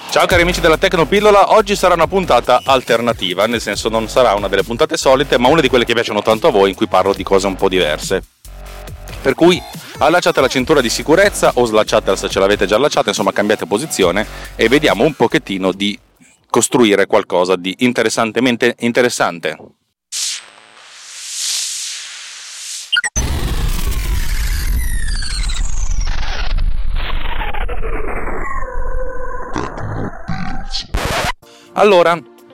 Ciao cari amici della Tecnopillola, oggi sarà una puntata alternativa, nel senso non sarà una delle puntate solite, ma una di quelle che piacciono tanto a voi, in cui parlo di cose un po' diverse. Per cui allacciate la cintura di sicurezza o slacciatela se ce l'avete già allacciata, insomma cambiate posizione e vediamo un pochettino di costruire qualcosa di interessantemente interessante. Allora,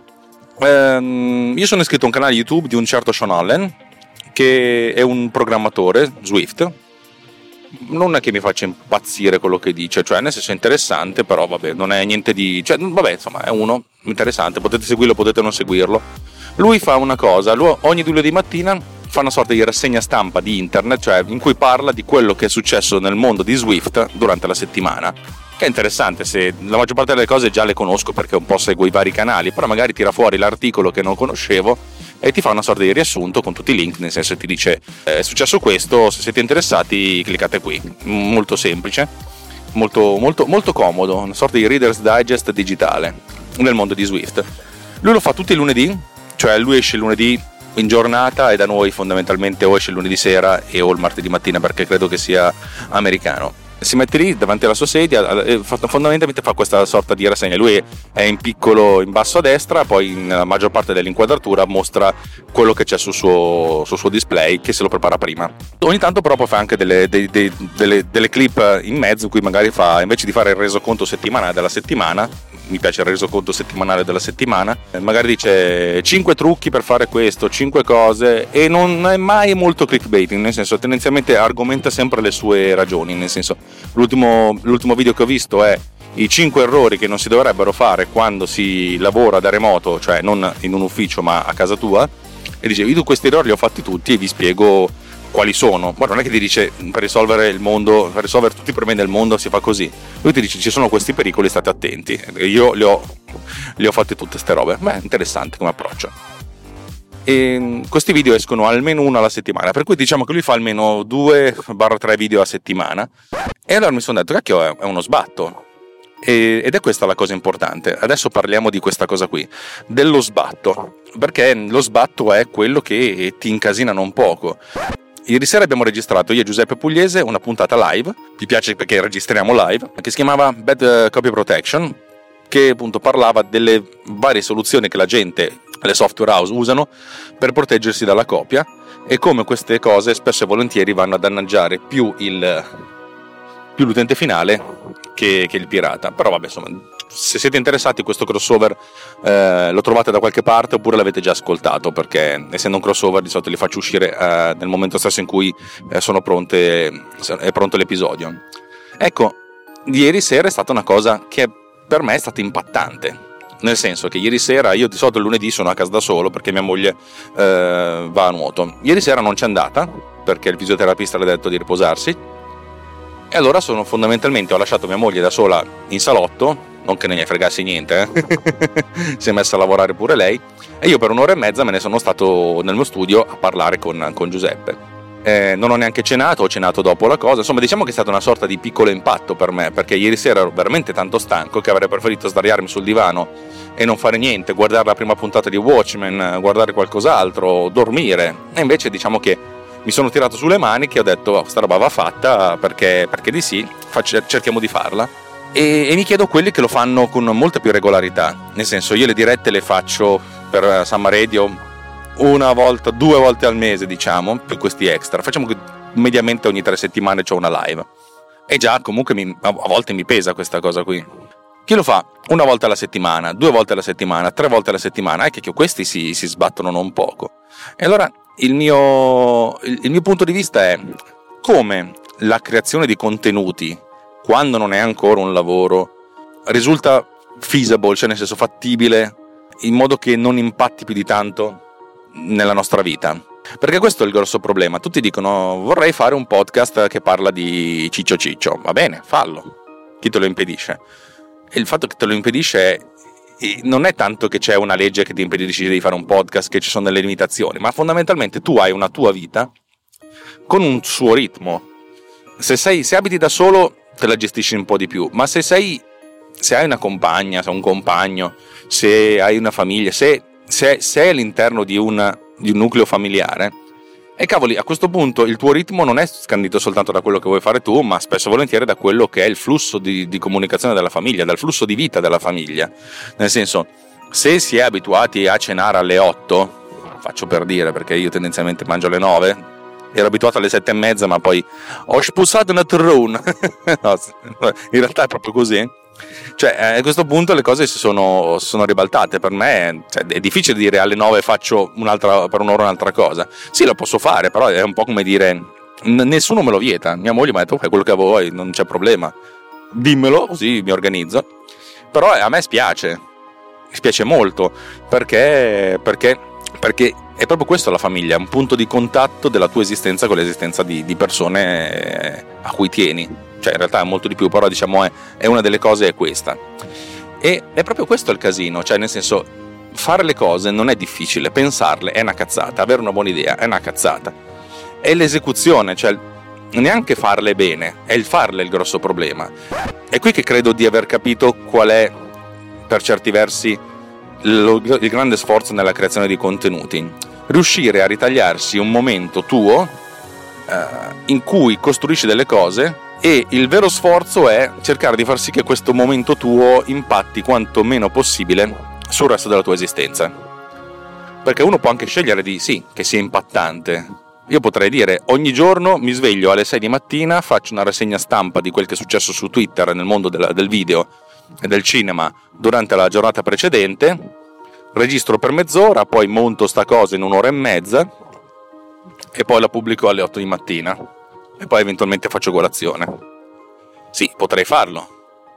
io sono iscritto a un canale YouTube di un certo Sean Allen, che è un programmatore Swift. Non è che mi faccia impazzire quello che dice, cioè nel senso è interessante, però vabbè, non è niente di... cioè vabbè, insomma, è uno interessante, potete seguirlo, potete non seguirlo. Lui fa una cosa, ogni lunedì mattina fa una sorta di rassegna stampa di internet, cioè in cui parla di quello che è successo nel mondo di Swift durante la settimana. Che è interessante, se la maggior parte delle cose già le conosco perché un po' seguo i vari canali, però magari tira fuori l'articolo che non conoscevo e ti fa una sorta di riassunto con tutti i link, nel senso ti dice è successo questo, se siete interessati cliccate qui. Molto semplice, molto, molto, molto comodo, una sorta di Reader's Digest digitale nel mondo di Swift. Lui lo fa tutti i lunedì, cioè lui esce il lunedì in giornata e da noi fondamentalmente o esce il lunedì sera e o il martedì mattina, perché credo che sia americano. Si mette lì davanti alla sua sedia e fondamentalmente fa questa sorta di rassegna. Lui è in piccolo in basso a destra, poi nella maggior parte dell'inquadratura mostra quello che c'è sul suo display, che se lo prepara prima. Ogni tanto però poi fa anche delle clip in mezzo in cui magari fa, invece di fare il resoconto settimanale della settimana, mi piace il resoconto settimanale della settimana, magari dice 5 trucchi per fare questo, 5 cose, e non è mai molto clickbaiting, nel senso tendenzialmente argomenta sempre le sue ragioni, nel senso l'ultimo video che ho visto è i 5 errori che non si dovrebbero fare quando si lavora da remoto, cioè non in un ufficio ma a casa tua, e dice io questi errori li ho fatti tutti e vi spiego quali sono. Guarda, non è che ti dice per risolvere tutti i problemi del mondo si fa così. Lui ti dice ci sono questi pericoli, state attenti. Io le ho fatte tutte ste robe. Beh, interessante come approccio. E questi video escono almeno uno alla settimana, per cui diciamo che lui fa almeno 2-3 video a settimana. E allora mi sono detto, cacchio, è uno sbatto. Ed è questa la cosa importante. Adesso parliamo di questa cosa qui, dello sbatto, perché lo sbatto è quello che ti incasina non poco. Ieri sera abbiamo registrato io e Giuseppe Pugliese una puntata live, mi piace perché registriamo live, che si chiamava Bad Copy Protection, che appunto parlava delle varie soluzioni che la gente, le software house usano per proteggersi dalla copia e come queste cose spesso e volentieri vanno a danneggiare più l'utente finale che il pirata. Però vabbè, insomma, se siete interessati questo crossover lo trovate da qualche parte oppure l'avete già ascoltato, perché essendo un crossover di solito li faccio uscire nel momento stesso in cui è pronto l'episodio. Ecco, ieri sera è stata una cosa che per me è stata impattante, nel senso che ieri sera io di solito il lunedì sono a casa da solo perché mia moglie va a nuoto. Ieri sera non c'è andata perché il fisioterapista le ha detto di riposarsi. E allora ho lasciato mia moglie da sola in salotto, non che ne fregassi niente, si è messa a lavorare pure lei, e io per 1 ora e mezza me ne sono stato nel mio studio a parlare con Giuseppe. Non ho neanche cenato, ho cenato dopo la cosa, insomma diciamo che è stato una sorta di piccolo impatto per me, perché ieri sera ero veramente tanto stanco che avrei preferito sdraiarmi sul divano e non fare niente, guardare la prima puntata di Watchmen, guardare qualcos'altro, dormire, e invece diciamo che mi sono tirato sulle mani che ho detto sta roba va fatta, perché di sì, cerchiamo di farla. E mi chiedo quelli che lo fanno con molta più regolarità, nel senso io le dirette le faccio per Summer Radio 2 volte al mese, diciamo, per questi extra, facciamo che mediamente ogni 3 settimane c'ho una live, e già comunque a volte mi pesa questa cosa qui. Chi lo fa 1 volta alla settimana, 2 volte alla settimana, 3 volte alla settimana, è che questi si sbattono non poco. E allora il mio punto di vista è come la creazione di contenuti, quando non è ancora un lavoro, risulta feasible, cioè nel senso fattibile, in modo che non impatti più di tanto nella nostra vita. Perché questo è il grosso problema. Tutti dicono vorrei fare un podcast che parla di ciccio, va bene, fallo, chi te lo impedisce? E il fatto che te lo impedisce non è tanto che c'è una legge che ti impedisce di fare un podcast, che ci sono delle limitazioni, ma fondamentalmente tu hai una tua vita con un suo ritmo. Se abiti da solo te la gestisci un po' di più, ma se sei se hai una compagna, se hai un compagno, se hai una famiglia, se sei all'interno di un nucleo familiare, e cavoli, a questo punto il tuo ritmo non è scandito soltanto da quello che vuoi fare tu, ma spesso e volentieri da quello che è il flusso di comunicazione della famiglia, dal flusso di vita della famiglia. Nel senso, se si è abituati a cenare alle 8, faccio per dire, perché io tendenzialmente mangio alle 9, ero abituato alle 7:30, ma poi ho sposato una turrone. No, in realtà è proprio così. Cioè, a questo punto le cose si sono ribaltate. Per me, cioè, è difficile dire alle 9 faccio per un'ora un'altra cosa. Sì, lo posso fare, però è un po' come dire nessuno me lo vieta. Mia moglie mi ha detto fai quello che vuoi, non c'è problema, dimmelo, così mi organizzo. Però a me spiace molto, perché è proprio questo la famiglia, un punto di contatto della tua esistenza con l'esistenza di persone a cui tieni. Cioè, in realtà è molto di più, però diciamo è una delle cose, è questa. E è proprio questo il casino, cioè nel senso, fare le cose non è difficile, pensarle è una cazzata, avere una buona idea è una cazzata. È l'esecuzione, cioè neanche farle bene, è il farle il grosso problema. È qui che credo di aver capito qual è, per certi versi, il grande sforzo nella creazione di contenuti. Riuscire a ritagliarsi un momento tuo in cui costruisci delle cose, e il vero sforzo è cercare di far sì che questo momento tuo impatti quanto meno possibile sul resto della tua esistenza. Perché uno può anche scegliere di sì, che sia impattante. Io potrei dire ogni giorno mi sveglio alle 6 di mattina, faccio una rassegna stampa di quel che è successo su Twitter nel mondo del video e del cinema durante la giornata precedente, registro per mezz'ora, poi monto sta cosa in un'ora e mezza e poi la pubblico alle 8 di mattina e poi eventualmente faccio colazione. Sì, potrei farlo,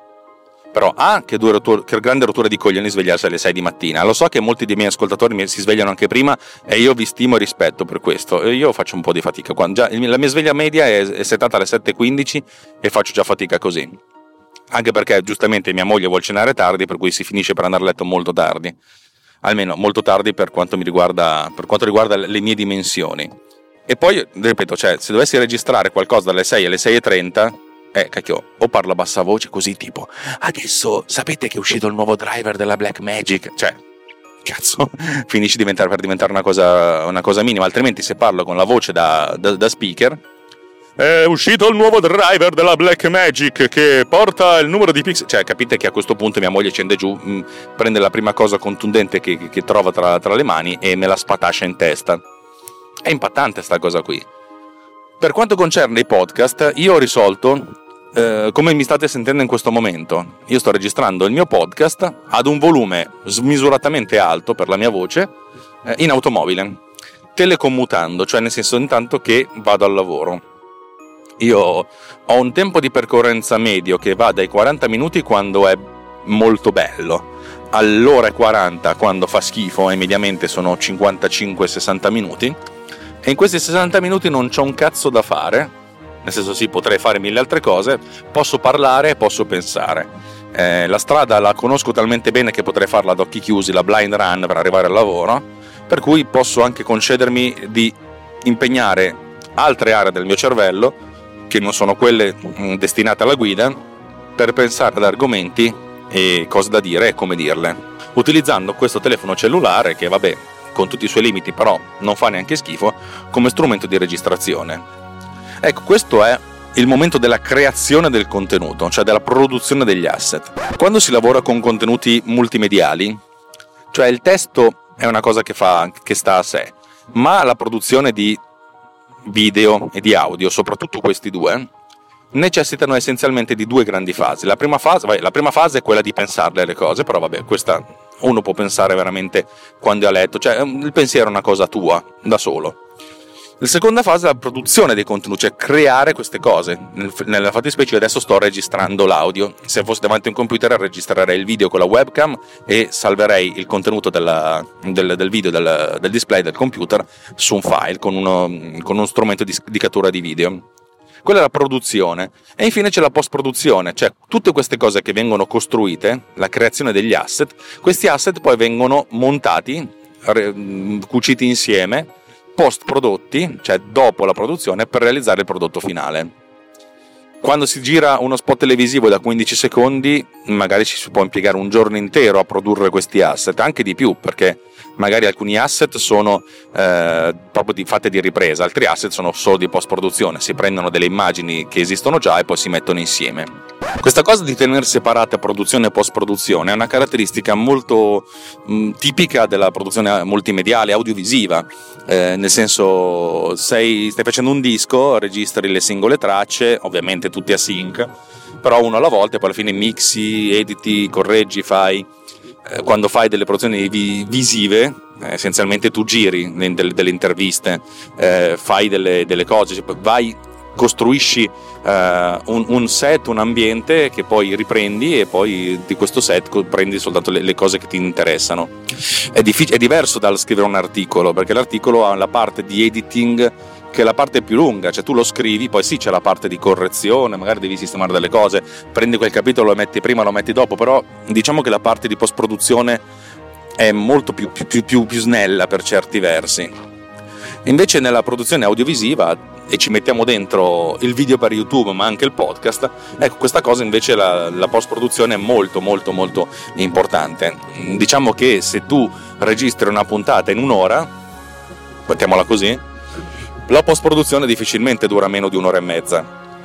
però che grande rottura di coglioni svegliarsi alle 6 di mattina. Lo so che molti dei miei ascoltatori si svegliano anche prima e io vi stimo e rispetto per questo. Io faccio un po' di fatica, la mia sveglia media è settata alle 7:15 e faccio già fatica così, anche perché giustamente mia moglie vuole cenare tardi, per cui si finisce per andare a letto molto tardi, almeno molto tardi per quanto riguarda le mie dimensioni. E poi, ripeto, cioè, se dovessi registrare qualcosa dalle 6 alle 6:30, cacchio, o parlo a bassa voce così tipo adesso sapete che è uscito il nuovo driver della Blackmagic, cioè cazzo, finisci per diventare una cosa minima. Altrimenti se parlo con la voce da speaker, è uscito il nuovo driver della Blackmagic che porta il numero di pixel, cioè capite che a questo punto mia moglie scende giù, prende la prima cosa contundente che trova tra le mani e me la spatascia in testa. È impattante sta cosa qui. Per quanto concerne i podcast, io ho risolto, come mi state sentendo in questo momento, io sto registrando il mio podcast ad un volume smisuratamente alto per la mia voce, in automobile, telecommutando, cioè nel senso intanto che vado al lavoro. Io ho un tempo di percorrenza medio che va dai 40 minuti quando è molto bello, all'ora e 40 quando fa schifo, e mediamente sono 55-60 minuti. E in questi 60 minuti non c'ho un cazzo da fare, nel senso sì, potrei fare mille altre cose, posso parlare e posso pensare. La strada la conosco talmente bene che potrei farla ad occhi chiusi, la blind run per arrivare al lavoro, per cui posso anche concedermi di impegnare altre aree del mio cervello, che non sono quelle destinate alla guida, per pensare ad argomenti e cose da dire e come dirle, utilizzando questo telefono cellulare che, vabbè, con tutti i suoi limiti, però non fa neanche schifo, come strumento di registrazione. Ecco, questo è il momento della creazione del contenuto, cioè della produzione degli asset. Quando si lavora con contenuti multimediali, cioè il testo è una cosa che sta a sé, ma la produzione di video e di audio, soprattutto questi due, necessitano essenzialmente di due grandi fasi. La prima fase è quella di pensarle le cose, però vabbè, questa uno può pensare veramente quando è a letto, cioè il pensiero è una cosa tua, da solo. La seconda fase è la produzione dei contenuti, cioè creare queste cose. Nella fattispecie adesso sto registrando l'audio, se fossi davanti a un computer registrerei il video con la webcam e salverei il contenuto del video del display del computer su un file con uno strumento di cattura di video. Quella è la produzione. E infine c'è la post-produzione, cioè tutte queste cose che vengono costruite, la creazione degli asset. Questi asset poi vengono montati, cuciti insieme, post-prodotti, cioè dopo la produzione, per realizzare il prodotto finale. Quando si gira uno spot televisivo da 15 secondi, magari ci si può impiegare un giorno intero a produrre questi asset, anche di più, perché magari alcuni asset sono proprio fatte di ripresa, altri asset sono solo di post-produzione, si prendono delle immagini che esistono già e poi si mettono insieme. Questa cosa di tenere separate produzione e post-produzione è una caratteristica molto tipica della produzione multimediale, audiovisiva, nel senso stai facendo un disco, registri le singole tracce, ovviamente tutti a sync, però uno alla volta e poi alla fine mixi, editi, correggi, fai. Quando fai delle produzioni visive, essenzialmente tu giri delle interviste, fai delle cose, cioè costruisci un set, un ambiente che poi riprendi e poi di questo set prendi soltanto le cose che ti interessano. È diverso dal scrivere un articolo, perché l'articolo ha la parte di editing che è la parte più lunga, cioè tu lo scrivi, poi sì c'è la parte di correzione, magari devi sistemare delle cose, prendi quel capitolo, lo metti prima, lo metti dopo, però diciamo che la parte di post-produzione è molto più snella per certi versi. Invece nella produzione audiovisiva, e ci mettiamo dentro il video per YouTube ma anche il podcast, ecco, questa cosa invece la post-produzione è molto molto molto importante. Diciamo che se tu registri una puntata in un'ora, mettiamola così, la post-produzione difficilmente dura meno di un'ora e mezza,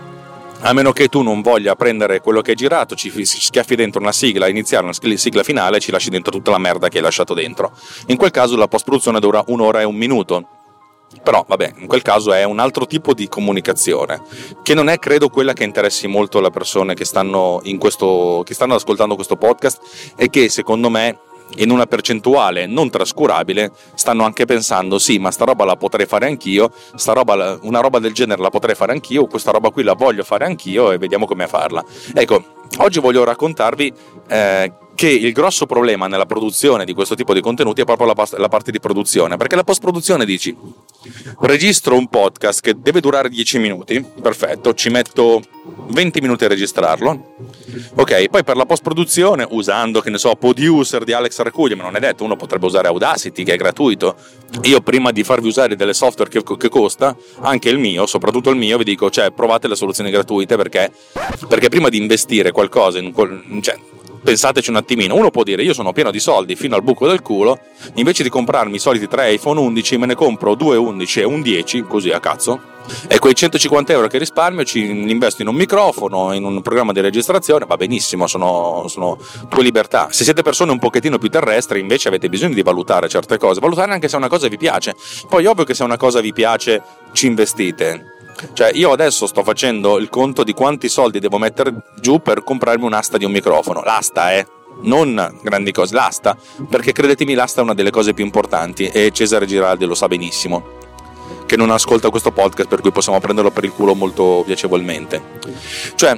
a meno che tu non voglia prendere quello che hai girato, ci schiaffi dentro una sigla, iniziare una sigla finale e ci lasci dentro tutta la merda che hai lasciato dentro. In quel caso la post-produzione dura un'ora e un minuto, però vabbè, in quel caso è un altro tipo di comunicazione, che non è credo quella che interessi molto le persone che stanno ascoltando questo podcast, e che secondo me in una percentuale non trascurabile stanno anche pensando: sì, ma sta roba la potrei fare anch'io, una roba del genere la potrei fare anch'io, questa roba qui la voglio fare anch'io e vediamo come farla. Ecco, oggi voglio raccontarvi che il grosso problema nella produzione di questo tipo di contenuti è proprio la parte di produzione, perché la post-produzione dici: registro un podcast che deve durare 10 minuti, perfetto, ci metto 20 minuti a registrarlo, ok, poi per la post-produzione, usando, che ne so, Producer di Alex Arcuglia, ma non è detto, uno potrebbe usare Audacity che è gratuito. Io prima di farvi usare delle software che costa, anche il mio, soprattutto il mio, vi dico, cioè, provate le soluzioni gratuite, perché prima di investire qualcosa pensateci un attimino. Uno può dire: io sono pieno di soldi fino al buco del culo, invece di comprarmi i soliti 3 iPhone 11 me ne compro 2 11 e un 10, così a cazzo, e quei 150 euro che risparmio ci investo in un microfono, in un programma di registrazione, va benissimo, sono tue libertà. Se siete persone un pochettino più terrestri, invece avete bisogno di valutare certe cose, valutare anche se una cosa vi piace. Poi ovvio che se una cosa vi piace ci investite. Cioè, io adesso sto facendo il conto di quanti soldi devo mettere giù per comprarmi un'asta di un microfono. L'asta, non grandi cose, l'asta, perché credetemi, l'asta è una delle cose più importanti, e Cesare Giraldi lo sa benissimo, che non ascolta questo podcast, per cui possiamo prenderlo per il culo molto piacevolmente. Cioè,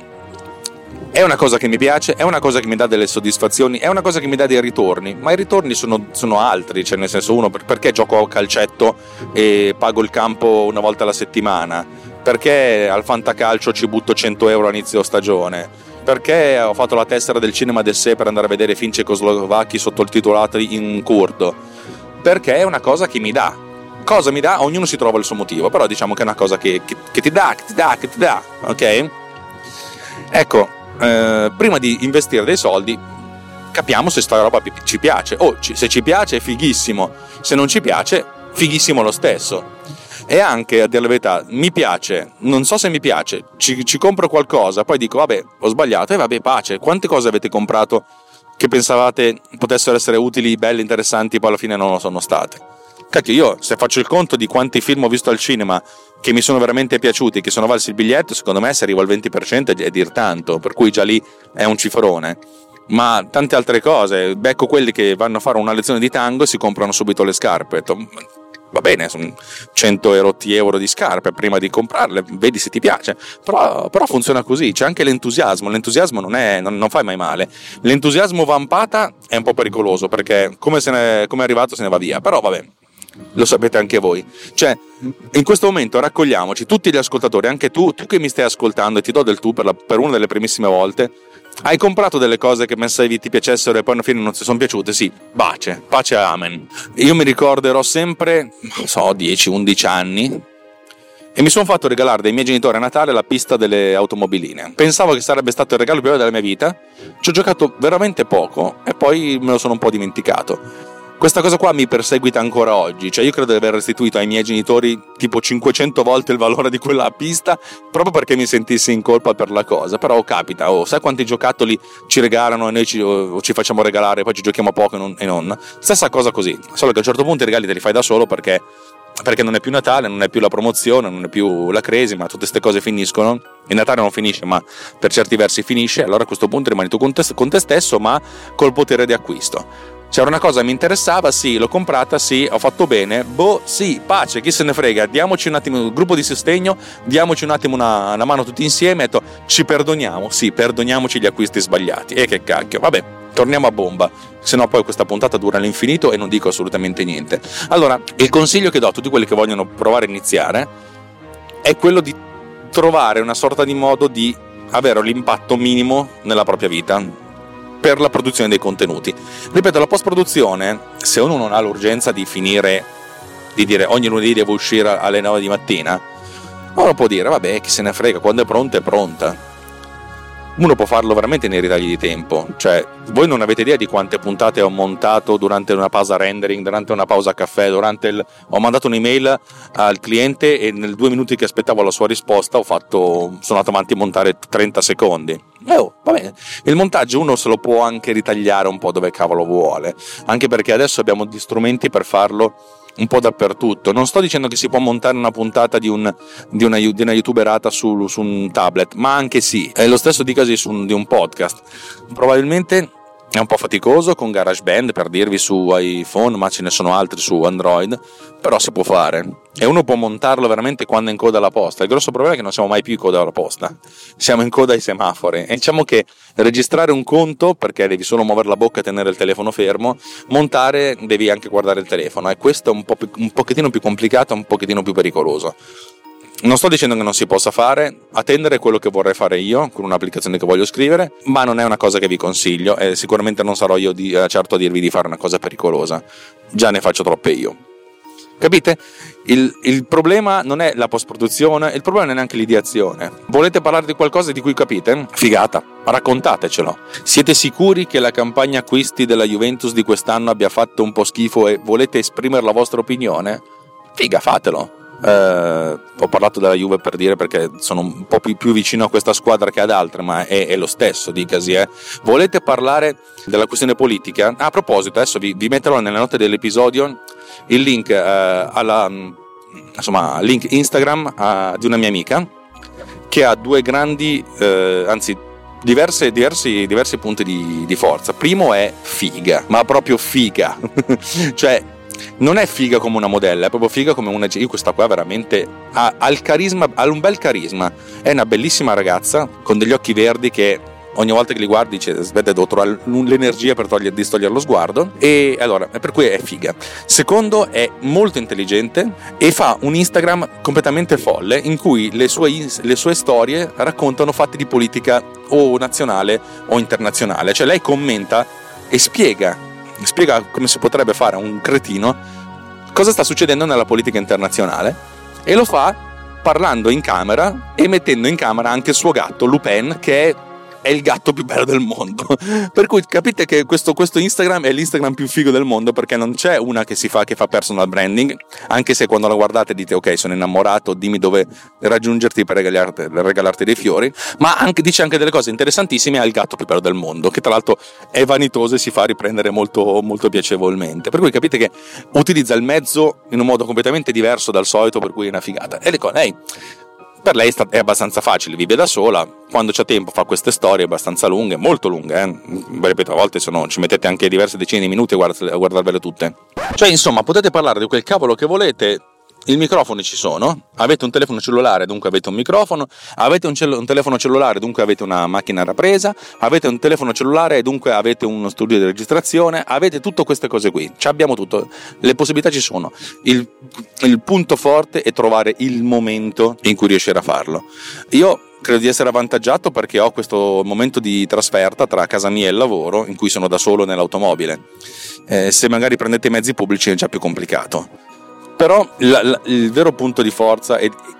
è una cosa che mi piace, è una cosa che mi dà delle soddisfazioni, è una cosa che mi dà dei ritorni, ma i ritorni sono altri, cioè nel senso, uno, perché gioco a calcetto e pago il campo una volta alla settimana? Perché al fantacalcio ci butto 100 euro all'inizio stagione? Perché ho fatto la tessera del cinema del sé per andare a vedere film cecoslovacchi sottotitolati in curdo? Perché è una cosa che mi dà. Cosa mi dà? Ognuno si trova il suo motivo, però diciamo che è una cosa che ti dà, ok? Ecco, prima di investire dei soldi, capiamo se sta roba ci piace. Se ci piace è fighissimo, se non ci piace, fighissimo lo stesso. E anche, a dire la verità, mi piace, non so se mi piace, ci compro qualcosa, poi dico vabbè, ho sbagliato, e vabbè, pace. Quante cose avete comprato che pensavate potessero essere utili, belle, interessanti, poi alla fine non lo sono state? Cacchio, io se faccio il conto di quanti film ho visto al cinema che mi sono veramente piaciuti, che sono valsi il biglietto, secondo me se arrivo al 20% è dir tanto, per cui già lì è un cifrone. Ma tante altre cose, becco quelli che vanno a fare una lezione di tango e si comprano subito le scarpe. Va bene, sono 100 euro di scarpe, prima di comprarle vedi se ti piace, però funziona così. C'è anche l'entusiasmo non fa mai male. L'entusiasmo vampata è un po' pericoloso, perché come è arrivato se ne va via, però vabbè, lo sapete anche voi. Cioè, in questo momento raccogliamoci tutti gli ascoltatori, anche tu che mi stai ascoltando, e ti do del tu per una delle primissime volte. Hai comprato delle cose che pensavi ti piacessero e poi alla fine non ti sono piaciute? Sì, pace amen. Io mi ricorderò sempre, 10-11 anni, e mi sono fatto regalare dai miei genitori a Natale la pista delle automobiline. Pensavo che sarebbe stato il regalo più bello della mia vita, ci ho giocato veramente poco e poi me lo sono un po' dimenticato. Questa cosa qua mi perseguita ancora oggi, cioè io credo di aver restituito ai miei genitori tipo 500 volte il valore di quella pista proprio perché mi sentissi in colpa per la cosa, però capita, sai quanti giocattoli ci regalano e noi ci facciamo regalare, poi ci giochiamo poco e non. Stessa cosa così, solo che a un certo punto i regali te li fai da solo perché non è più Natale, non è più la promozione, non è più la cresima, tutte queste cose finiscono. Il Natale non finisce, ma per certi versi finisce, allora a questo punto rimani tu con te stesso, ma col potere di acquisto. C'era una cosa che mi interessava, sì, l'ho comprata, sì, ho fatto bene, sì, pace, chi se ne frega, diamoci un attimo, un gruppo di sostegno, diamoci un attimo una mano tutti insieme, e ci perdoniamo, sì, perdoniamoci gli acquisti sbagliati, e che cacchio, vabbè, torniamo a bomba, se no poi questa puntata dura all'infinito e non dico assolutamente niente. Allora, il consiglio che do a tutti quelli che vogliono provare a iniziare è quello di trovare una sorta di modo di avere l'impatto minimo nella propria vita per la produzione dei contenuti. Ripeto, la post-produzione, se uno non ha l'urgenza di finire, di dire ogni lunedì devo uscire alle 9 di mattina, uno può dire, vabbè, chi se ne frega, quando è pronta è pronta. Uno può farlo veramente nei ritagli di tempo, cioè voi non avete idea di quante puntate ho montato durante una pausa rendering, durante una pausa caffè, ho mandato un'email al cliente e nel 2 minuti che aspettavo la sua risposta sono andato avanti a montare 30 secondi. Va bene. Il montaggio uno se lo può anche ritagliare un po' dove cavolo vuole, anche perché adesso abbiamo gli strumenti per farlo un po' dappertutto. Non sto dicendo che si può montare una puntata di una youtuberata su un tablet, ma anche sì, è lo stesso dicasi di un podcast. Probabilmente è un po' faticoso con GarageBand, per dirvi, su iPhone, ma ce ne sono altri su Android, però si può fare e uno può montarlo veramente quando è in coda alla posta. Il grosso problema è che non siamo mai più in coda alla posta, siamo in coda ai semafori, e diciamo che registrare un conto, perché devi solo muovere la bocca e tenere il telefono fermo, montare devi anche guardare il telefono, e questo è un pochettino più complicato, un pochettino più pericoloso. Non sto dicendo che non si possa fare, attendere quello che vorrei fare io con un'applicazione che voglio scrivere, ma non è una cosa che vi consiglio e sicuramente non sarò io certo a dirvi di fare una cosa pericolosa, già ne faccio troppe io. Capite? Il problema non è la post-produzione, il problema non è neanche l'ideazione. Volete parlare di qualcosa di cui capite? Figata, raccontatecelo. Siete sicuri che la campagna acquisti della Juventus di quest'anno abbia fatto un po' schifo e volete esprimere la vostra opinione? Figa, fatelo. Ho parlato della Juve per dire, perché sono un po' più vicino a questa squadra che ad altre, ma è lo stesso dicasi. Volete parlare della questione politica? A proposito, adesso vi metterò nelle note dell'episodio il link link Instagram di una mia amica che ha due grandi diversi punti di forza. Primo è figa, ma proprio figa cioè non è figa come una modella, è proprio figa come una. Io questa qua veramente ha il carisma, ha un bel carisma, è una bellissima ragazza con degli occhi verdi che ogni volta che li guardi dice aspetta, devo trovare l'energia per distogliere lo sguardo, e allora per cui è figa. Secondo, è molto intelligente e fa un Instagram completamente folle in cui le sue storie raccontano fatti di politica o nazionale o internazionale, cioè lei commenta e spiega come si potrebbe fare a un cretino cosa sta succedendo nella politica internazionale, e lo fa parlando in camera e mettendo in camera anche il suo gatto Lupin, che è il gatto più bello del mondo. Per cui capite che questo Instagram è l'Instagram più figo del mondo, perché non c'è una che fa personal branding, anche se quando la guardate dite ok, sono innamorato, dimmi dove raggiungerti per regalarti dei fiori, ma dice anche delle cose interessantissime al gatto più bello del mondo, che tra l'altro è vanitoso e si fa riprendere molto, molto piacevolmente. Per cui capite che utilizza il mezzo in un modo completamente diverso dal solito, per cui è una figata. E per lei è abbastanza facile, vive da sola, quando c'ha tempo fa queste storie abbastanza lunghe, molto lunghe, ripeto, a volte ci mettete anche diverse decine di minuti a guardarvele tutte. Cioè, insomma, potete parlare di quel cavolo che volete, i microfoni ci sono, avete un telefono cellulare, dunque avete un microfono, avete un telefono cellulare, dunque avete una macchina da presa, avete un telefono cellulare e dunque avete uno studio di registrazione, avete tutte queste cose qui, abbiamo tutto, le possibilità ci sono, il punto forte è trovare il momento in cui riuscire a farlo. Io credo di essere avvantaggiato perché ho questo momento di trasferta tra casa mia e il lavoro in cui sono da solo nell'automobile, se magari prendete i mezzi pubblici è già più complicato. Però il vero punto di forza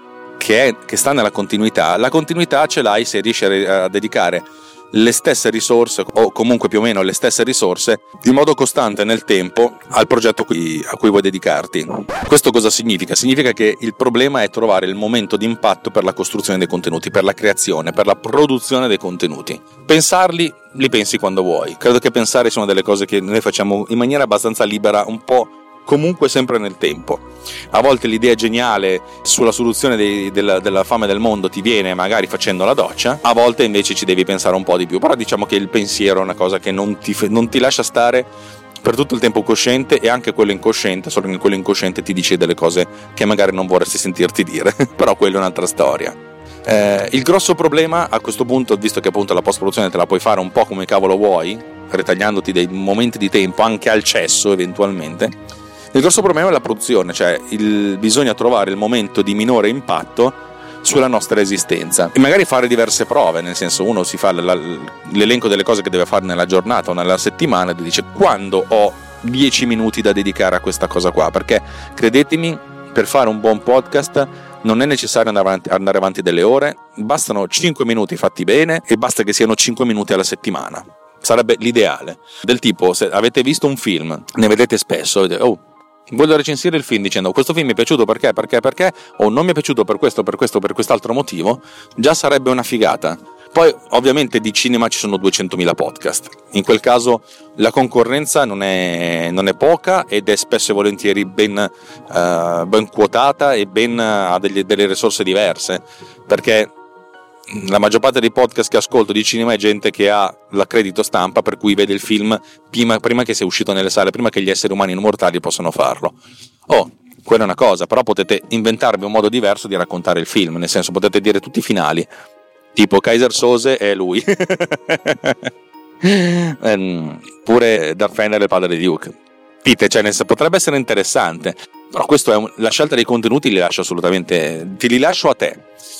che sta nella continuità. La continuità ce l'hai se riesci a dedicare le stesse risorse, o comunque più o meno le stesse risorse, in modo costante nel tempo al progetto a cui vuoi dedicarti. Questo cosa significa? Significa che il problema è trovare il momento di impatto per la costruzione dei contenuti, per la creazione, per la produzione dei contenuti. Pensarli, li pensi quando vuoi. Credo che pensare sia una delle cose che noi facciamo in maniera abbastanza libera, un po' comunque sempre nel tempo. A volte l'idea geniale sulla soluzione della fame del mondo ti viene magari facendo la doccia, a volte invece ci devi pensare un po' di più, però diciamo che il pensiero è una cosa che non ti lascia stare per tutto il tempo cosciente, e anche quello incosciente, solo che quello incosciente ti dice delle cose che magari non vorresti sentirti dire, però quella è un'altra storia. Il grosso problema a questo punto, visto che appunto la post-produzione te la puoi fare un po' come cavolo vuoi, ritagliandoti dei momenti di tempo anche al cesso eventualmente, il grosso problema è la produzione, cioè bisogna trovare il momento di minore impatto sulla nostra esistenza e magari fare diverse prove, nel senso, uno si fa l'elenco delle cose che deve fare nella giornata o nella settimana e dice: quando ho 10 minuti da dedicare a questa cosa qua, perché credetemi, per fare un buon podcast non è necessario andare avanti delle ore, bastano 5 minuti fatti bene e basta che siano 5 minuti alla settimana. Sarebbe l'ideale, del tipo, se avete visto un film, ne vedete spesso, voglio recensire il film dicendo: questo film mi è piaciuto perché, o non mi è piaciuto per questo, per quest'altro motivo, già sarebbe una figata. Poi ovviamente di cinema ci sono 200.000 podcast, in quel caso la concorrenza non è poca ed è spesso e volentieri ben quotata e ha delle risorse diverse, perché la maggior parte dei podcast che ascolto di cinema è gente che ha l'accredito stampa, per cui vede il film prima che sia uscito nelle sale, prima che gli esseri umani mortali possano farlo. Quella è una cosa, però potete inventarvi un modo diverso di raccontare il film, nel senso, potete dire tutti i finali, tipo Kaiser Sose è lui pure Darth Vader è il padre di Duke. Potrebbe essere interessante, però questo la scelta dei contenuti li lascio a te.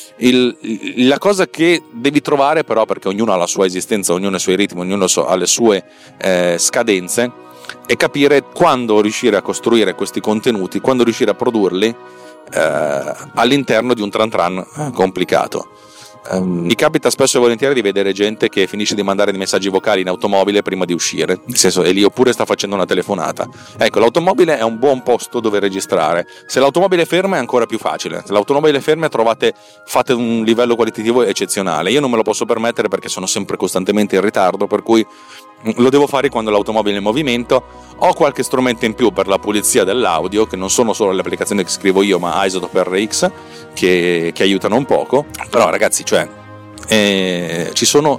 La cosa che devi trovare però, perché ognuno ha la sua esistenza, ognuno ha i suoi ritmi, ognuno ha le sue scadenze, è capire quando riuscire a costruire questi contenuti, quando riuscire a produrli all'interno di un tran tran complicato. Mi capita spesso e volentieri di vedere gente che finisce di mandare dei messaggi vocali in automobile prima di uscire, nel senso, è lì, oppure sta facendo una telefonata. Ecco, l'automobile è un buon posto dove registrare. Se l'automobile è ferma è ancora più facile. Se l'automobile è ferma fate un livello qualitativo eccezionale. Io non me lo posso permettere perché sono sempre costantemente in ritardo, per cui lo devo fare quando l'automobile è in movimento. Ho qualche strumento in più per la pulizia dell'audio, che non sono solo le applicazioni che scrivo io, ma Isotope RX che aiutano un poco. Però ragazzi, ci sono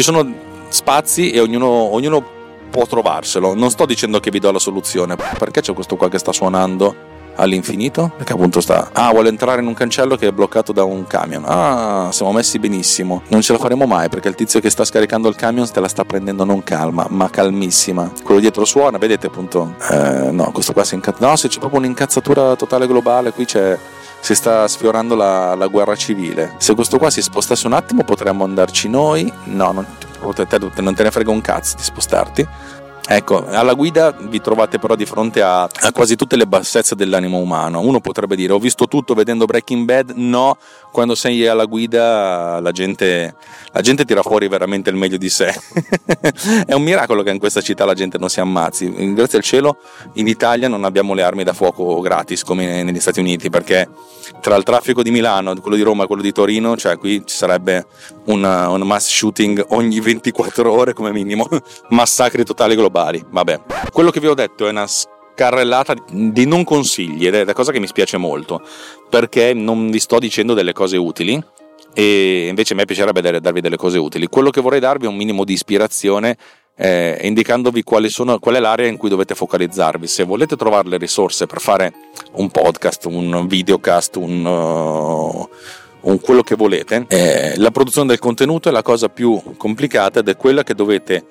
spazi e ognuno può trovarselo. Non sto dicendo che vi do la soluzione. Perché c'è questo qua che sta suonando all'infinito? Perché appunto vuole entrare in un cancello che è bloccato da un camion. Siamo messi benissimo. Non ce la faremo mai, perché il tizio che sta scaricando il camion te la sta prendendo non calma, ma calmissima. Quello dietro suona, vedete appunto. No, questo qua si incazza. No, se c'è proprio un'incazzatura totale globale, qui si sta sfiorando la guerra civile. Se questo qua si spostasse un attimo potremmo andarci noi. No, non te ne frega un cazzo di spostarti. Ecco, alla guida vi trovate però di fronte a quasi tutte le bassezze dell'animo umano. Uno potrebbe dire: ho visto tutto vedendo Breaking Bad. No, quando sei alla guida la gente tira fuori veramente il meglio di sé. È un miracolo che in questa città la gente non si ammazzi. Grazie al cielo in Italia non abbiamo le armi da fuoco gratis come negli Stati Uniti, perché tra il traffico di Milano, quello di Roma e quello di Torino, qui ci sarebbe un mass shooting ogni 24 ore come minimo. Massacri totali globali. Vabbè, quello che vi ho detto è una scarrellata di non consigli, ed è la cosa che mi spiace molto, perché non vi sto dicendo delle cose utili, e invece a me piacerebbe darvi delle cose utili. Quello che vorrei darvi è un minimo di ispirazione, indicandovi qual è l'area in cui dovete focalizzarvi. Se volete trovare le risorse per fare un podcast, un videocast, un quello che volete, la produzione del contenuto è la cosa più complicata ed è quella che dovete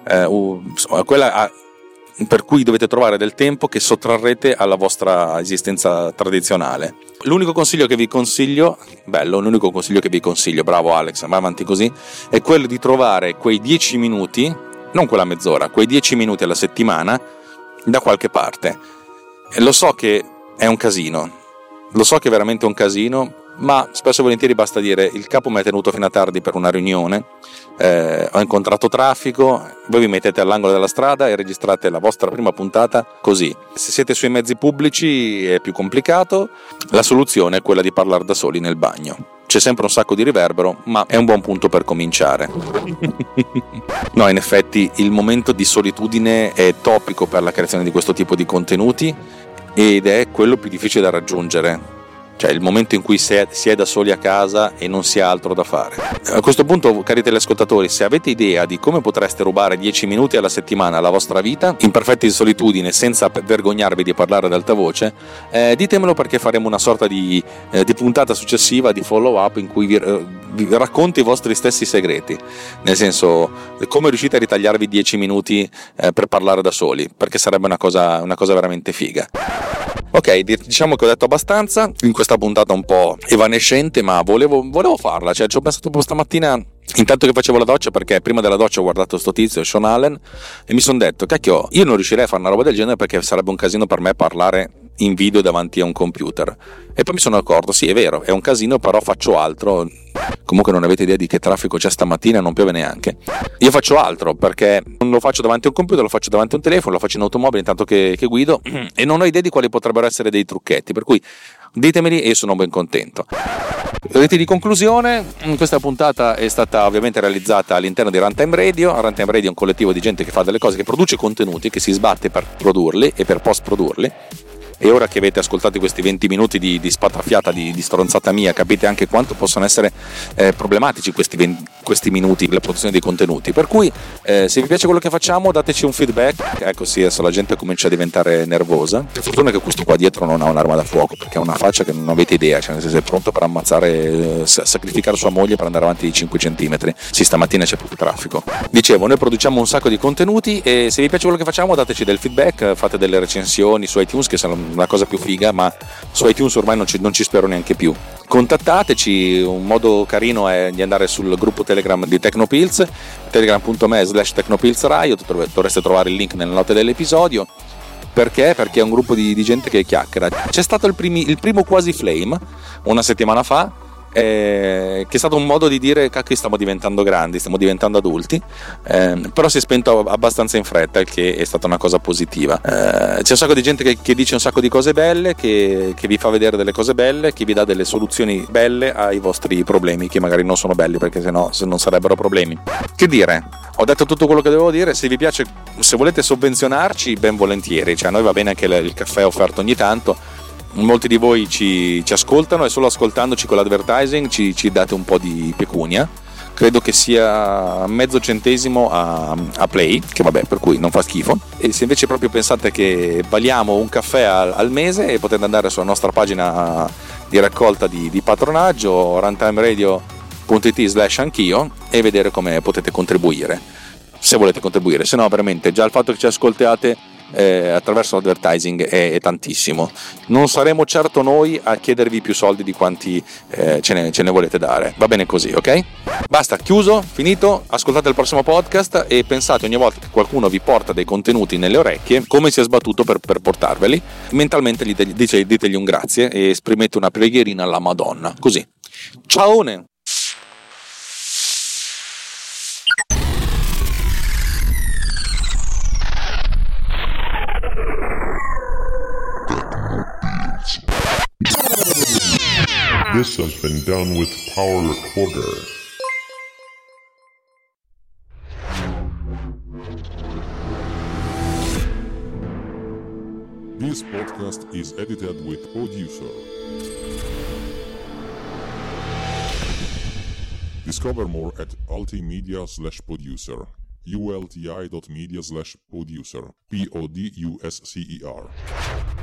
per cui dovete trovare del tempo che sottrarrete alla vostra esistenza tradizionale. L'unico consiglio che vi consiglio, bravo Alex, vai avanti così, è quello di trovare quei 10 minuti, non quella mezz'ora, quei 10 minuti alla settimana da qualche parte. E lo so che è un casino, lo so che è veramente un casino, ma spesso e volentieri basta dire: il capo mi ha tenuto fino a tardi per una riunione, ho incontrato traffico, voi vi mettete all'angolo della strada e registrate la vostra prima puntata così. Se siete sui mezzi pubblici è più complicato, la soluzione è quella di parlare da soli nel bagno. C'è sempre un sacco di riverbero, ma è un buon punto per cominciare. No, in effetti il momento di solitudine è topico per la creazione di questo tipo di contenuti ed è quello più difficile da raggiungere. Cioè il momento in cui si è da soli a casa e non si ha altro da fare. A questo punto, cari telescoltatori, se avete idea di come potreste rubare 10 minuti alla settimana alla vostra vita, in perfetta solitudine, senza vergognarvi di parlare ad alta voce, ditemelo, perché faremo una sorta di puntata successiva, di follow up, in cui vi racconto i vostri stessi segreti. Nel senso, come riuscite a ritagliarvi 10 minuti per parlare da soli, perché sarebbe una cosa veramente figa. Ok, diciamo che ho detto abbastanza in questa puntata un po' evanescente, ma volevo farla. Cioè, ci ho pensato stamattina intanto che facevo la doccia, perché prima della doccia ho guardato sto tizio, Sean Allen, e mi sono detto: cacchio, io non riuscirei a fare una roba del genere, perché sarebbe un casino per me parlare in video davanti a un computer. E poi mi sono accorto, sì, è vero, è un casino, però faccio altro. Comunque non avete idea di che traffico c'è stamattina, non piove neanche. Io faccio altro, perché non lo faccio davanti a un computer, lo faccio davanti a un telefono, lo faccio in automobile intanto che guido, e non ho idea di quali potrebbero essere dei trucchetti, per cui ditemeli e sono ben contento. Reti di conclusione: questa puntata è stata ovviamente realizzata all'interno di Runtime Radio. Runtime Radio è un collettivo di gente che fa delle cose, che produce contenuti, che si sbatte per produrli e per post produrli. E ora che avete ascoltato questi 20 minuti di spatraffiata, di stronzata mia, capite anche quanto possono essere problematici questi minuti, la produzione dei contenuti. Per cui se vi piace quello che facciamo, dateci un feedback. Ecco, sì, adesso la gente comincia a diventare nervosa. Per fortuna che questo qua dietro non ha un'arma da fuoco, perché ha una faccia che non avete idea, cioè nel senso è pronto per ammazzare, sacrificare sua moglie per andare avanti di 5 centimetri. Sì, stamattina c'è proprio traffico. Dicevo, noi produciamo un sacco di contenuti, e se vi piace quello che facciamo, dateci del feedback, fate delle recensioni su iTunes, che sono la cosa più figa, ma su iTunes ormai non ci spero neanche più. Contattateci. Un modo carino è di andare sul gruppo Telegram di Tecnopills, telegram.me/Tecnopillsradio. Dovreste trovare il link nelle note dell'episodio. Perché? Perché è un gruppo di gente che chiacchiera. C'è stato il primo quasi flame una settimana fa, che è stato un modo di dire: cacchio, stiamo diventando grandi, stiamo diventando adulti, però si è spento abbastanza in fretta, il che è stata una cosa positiva. C'è un sacco di gente che dice un sacco di cose belle, che vi fa vedere delle cose belle, che vi dà delle soluzioni belle ai vostri problemi, che magari non sono belli, perché sennò non sarebbero problemi. Che dire, ho detto tutto quello che dovevo dire. Se vi piace, se volete sovvenzionarci, ben volentieri, cioè a noi va bene anche il caffè offerto ogni tanto. Molti di voi ci ascoltano, e solo ascoltandoci con l'advertising ci date un po' di pecunia. Credo che sia mezzo centesimo a play, che vabbè, per cui non fa schifo. E se invece proprio pensate che valiamo un caffè al mese, potete andare sulla nostra pagina di raccolta di patronaggio, runtimeradio.it/anch'io, e vedere come potete contribuire, se volete contribuire. Se no, veramente già il fatto che ci ascoltiate attraverso l'advertising è tantissimo. Non saremo certo noi a chiedervi più soldi di quanti ce ne volete dare. Va bene così, ok? Basta, chiuso, finito. Ascoltate il prossimo podcast e pensate ogni volta che qualcuno vi porta dei contenuti nelle orecchie come si è sbattuto per portarveli. Mentalmente ditegli un grazie e esprimete una preghierina alla Madonna. Così. Ciaone! This has been done with Power Recorder. This podcast is edited with Producer. Discover more at ultimedia/producer. ulti.media/producer. PODUSCER.